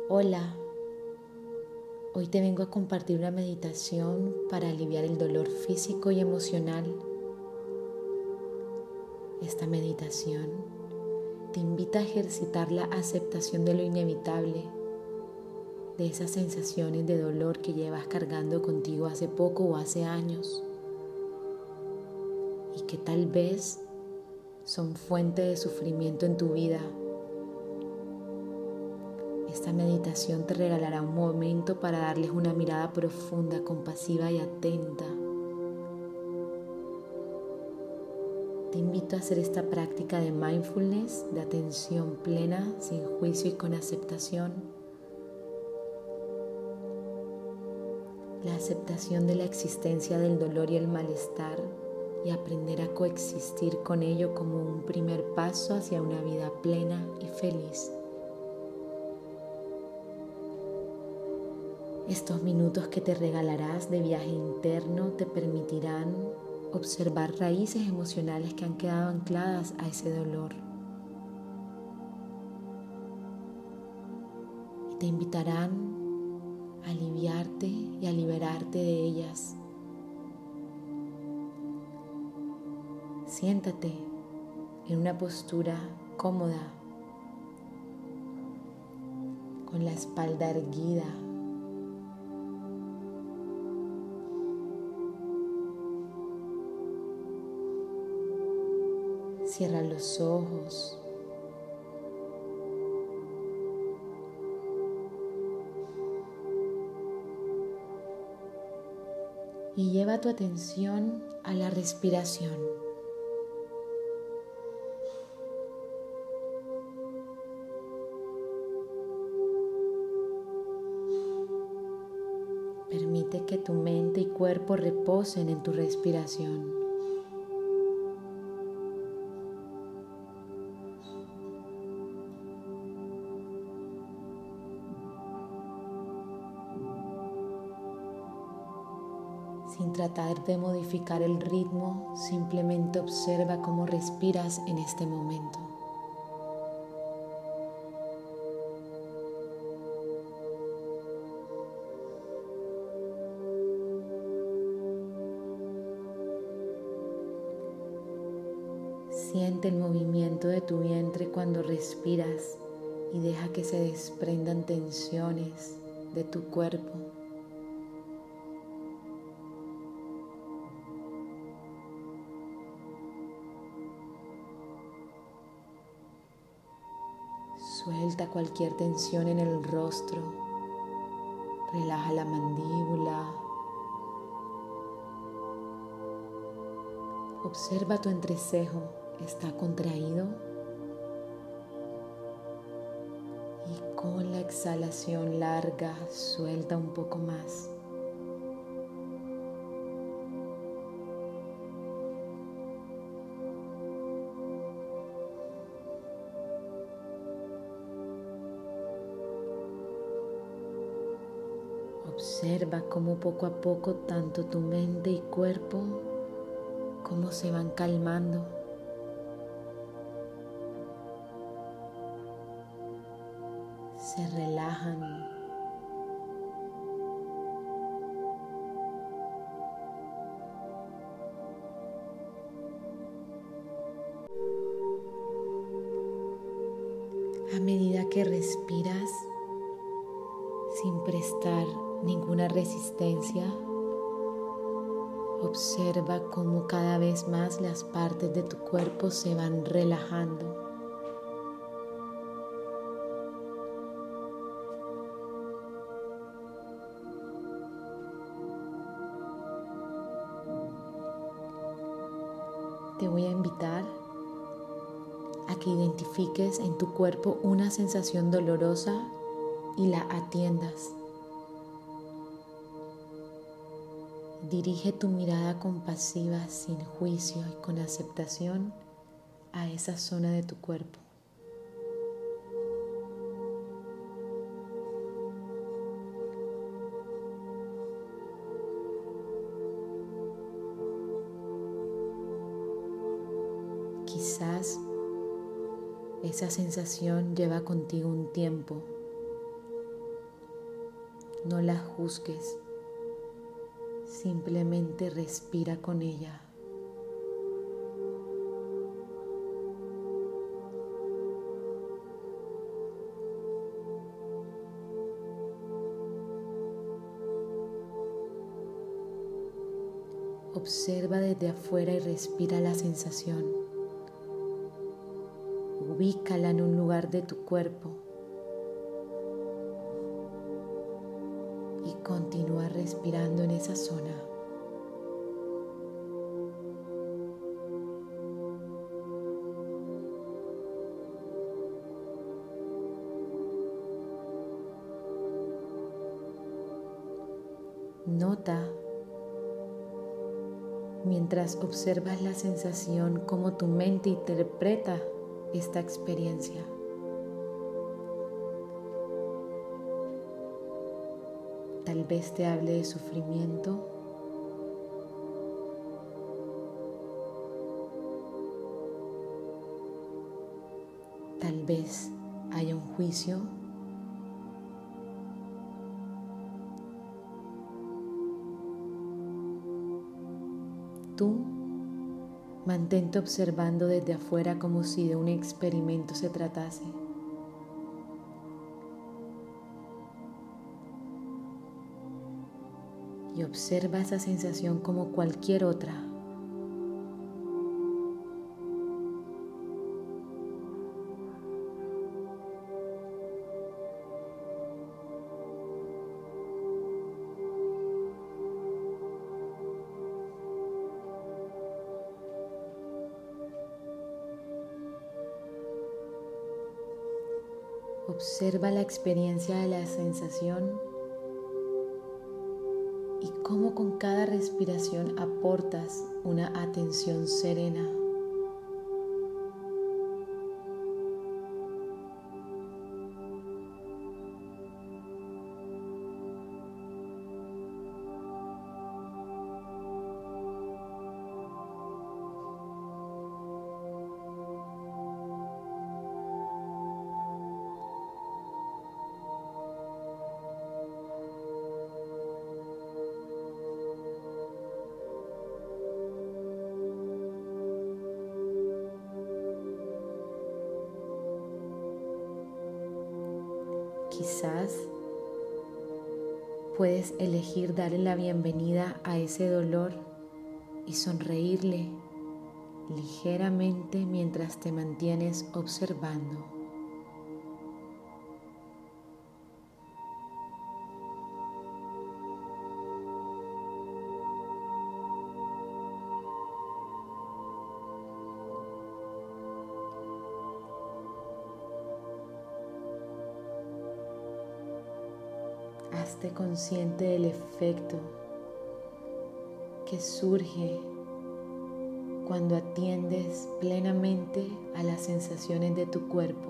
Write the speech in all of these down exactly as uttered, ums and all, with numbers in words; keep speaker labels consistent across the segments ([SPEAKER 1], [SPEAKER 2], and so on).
[SPEAKER 1] Hola, hoy te vengo a compartir una meditación para aliviar el dolor físico y emocional. Esta meditación te invita a ejercitar la aceptación de lo inevitable, de esas sensaciones de dolor que llevas cargando contigo hace poco o hace años y que tal vez son fuente de sufrimiento en tu vida. Esta meditación te regalará un momento para darles una mirada profunda, compasiva y atenta. Te invito a hacer esta práctica de mindfulness, de atención plena, sin juicio y con aceptación. La aceptación de la existencia del dolor y el malestar y aprender a coexistir con ello como un primer paso hacia una vida plena y feliz. Estos minutos que te regalarás de viaje interno te permitirán observar raíces emocionales que han quedado ancladas a ese dolor. Y te invitarán a aliviarte y a liberarte de ellas. Siéntate en una postura cómoda, con la espalda erguida. Cierra los ojos. Y lleva tu atención a la respiración. Permite que tu mente y cuerpo reposen en tu respiración. Sin tratar de modificar el ritmo, simplemente observa cómo respiras en este momento. Siente el movimiento de tu vientre cuando respiras y deja que se desprendan tensiones de tu cuerpo. Suelta cualquier tensión en el rostro. Relaja la mandíbula. Observa tu entrecejo. ¿Está contraído? Y con la exhalación larga, suelta un poco más. Observa cómo poco a poco tanto tu mente y cuerpo cómo se van calmando. Se relajan. A medida que respiras, sin prestar ninguna resistencia, observa cómo cada vez más las partes de tu cuerpo se van relajando. Te voy a invitar a que identifiques en tu cuerpo una sensación dolorosa y la atiendas. Dirige tu mirada compasiva, sin juicio y con aceptación a esa zona de tu cuerpo. Quizás esa sensación lleva contigo un tiempo. No la juzgues, simplemente respira con ella. Observa desde afuera y respira la sensación. Ubícala en un lugar de tu cuerpo y continúa respirando en esa zona. Nota, mientras observas la sensación, cómo tu mente interpreta esta experiencia. Tal vez te hable de sufrimiento, tal vez haya un juicio, tú mantente observando desde afuera como si de un experimento se tratase. Y observa esa sensación como cualquier otra. Observa la experiencia de la sensación y cómo con cada respiración aportas una atención serena. Quizás puedes elegir darle la bienvenida a ese dolor y sonreírle ligeramente mientras te mantienes observando. Hazte consciente del efecto que surge cuando atiendes plenamente a las sensaciones de tu cuerpo.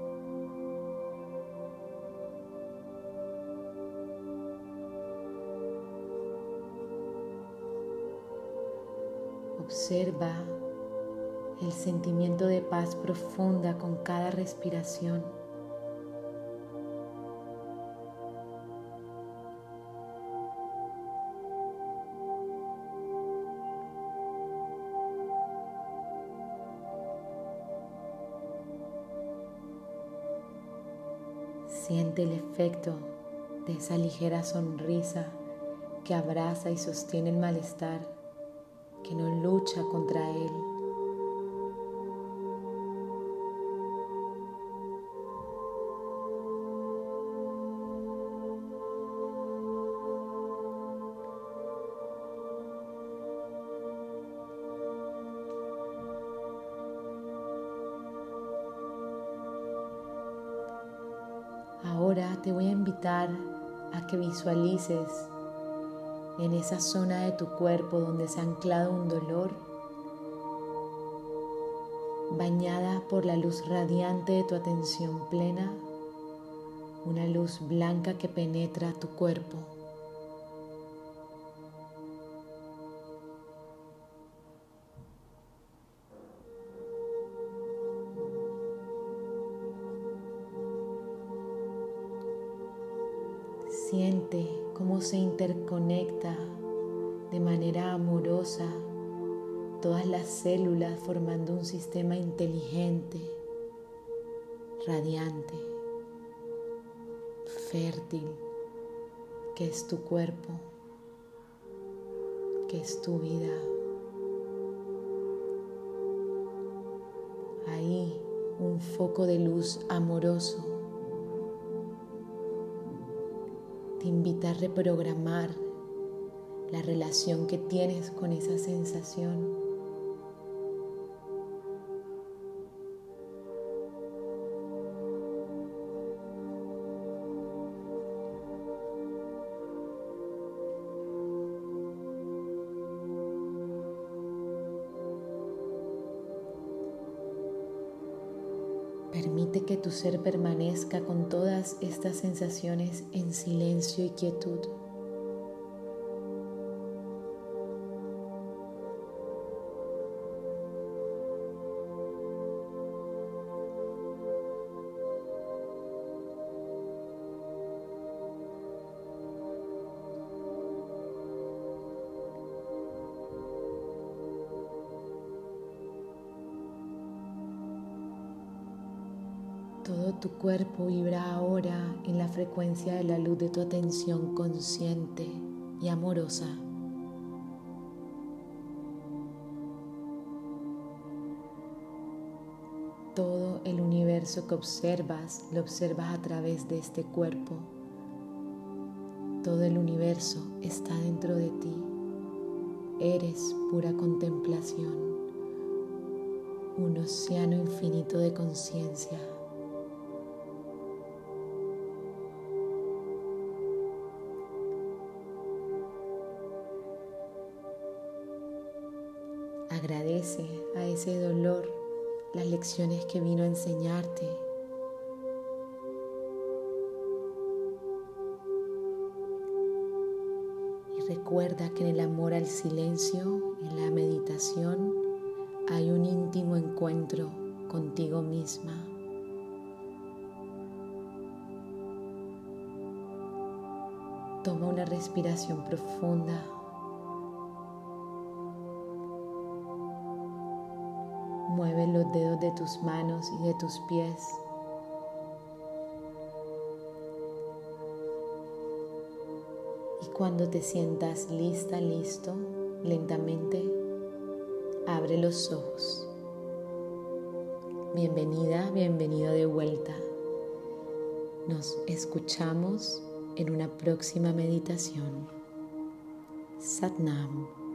[SPEAKER 1] Observa el sentimiento de paz profunda con cada respiración. Siente el efecto de esa ligera sonrisa que abraza y sostiene el malestar, que no lucha contra él. Ahora te voy a invitar a que visualices en esa zona de tu cuerpo donde se ha anclado un dolor, bañada por la luz radiante de tu atención plena, una luz blanca que penetra tu cuerpo. Siente cómo se interconecta de manera amorosa todas las células formando un sistema inteligente, radiante, fértil, que es tu cuerpo, que es tu vida. Ahí un foco de luz amoroso te invita a reprogramar la relación que tienes con esa sensación. Permite que tu ser permanezca con todas estas sensaciones en silencio y quietud. Todo tu cuerpo vibra ahora en la frecuencia de la luz de tu atención consciente y amorosa. Todo el universo que observas, lo observas a través de este cuerpo. Todo el universo está dentro de ti. Eres pura contemplación, un océano infinito de conciencia. Agradece a ese dolor las lecciones que vino a enseñarte. Y recuerda que en el amor al silencio, en la meditación, hay un íntimo encuentro contigo misma. Toma una respiración profunda. Mueve los dedos de tus manos y de tus pies. Y cuando te sientas lista, listo, lentamente, abre los ojos. Bienvenida, bienvenido de vuelta. Nos escuchamos en una próxima meditación. Sat Nam.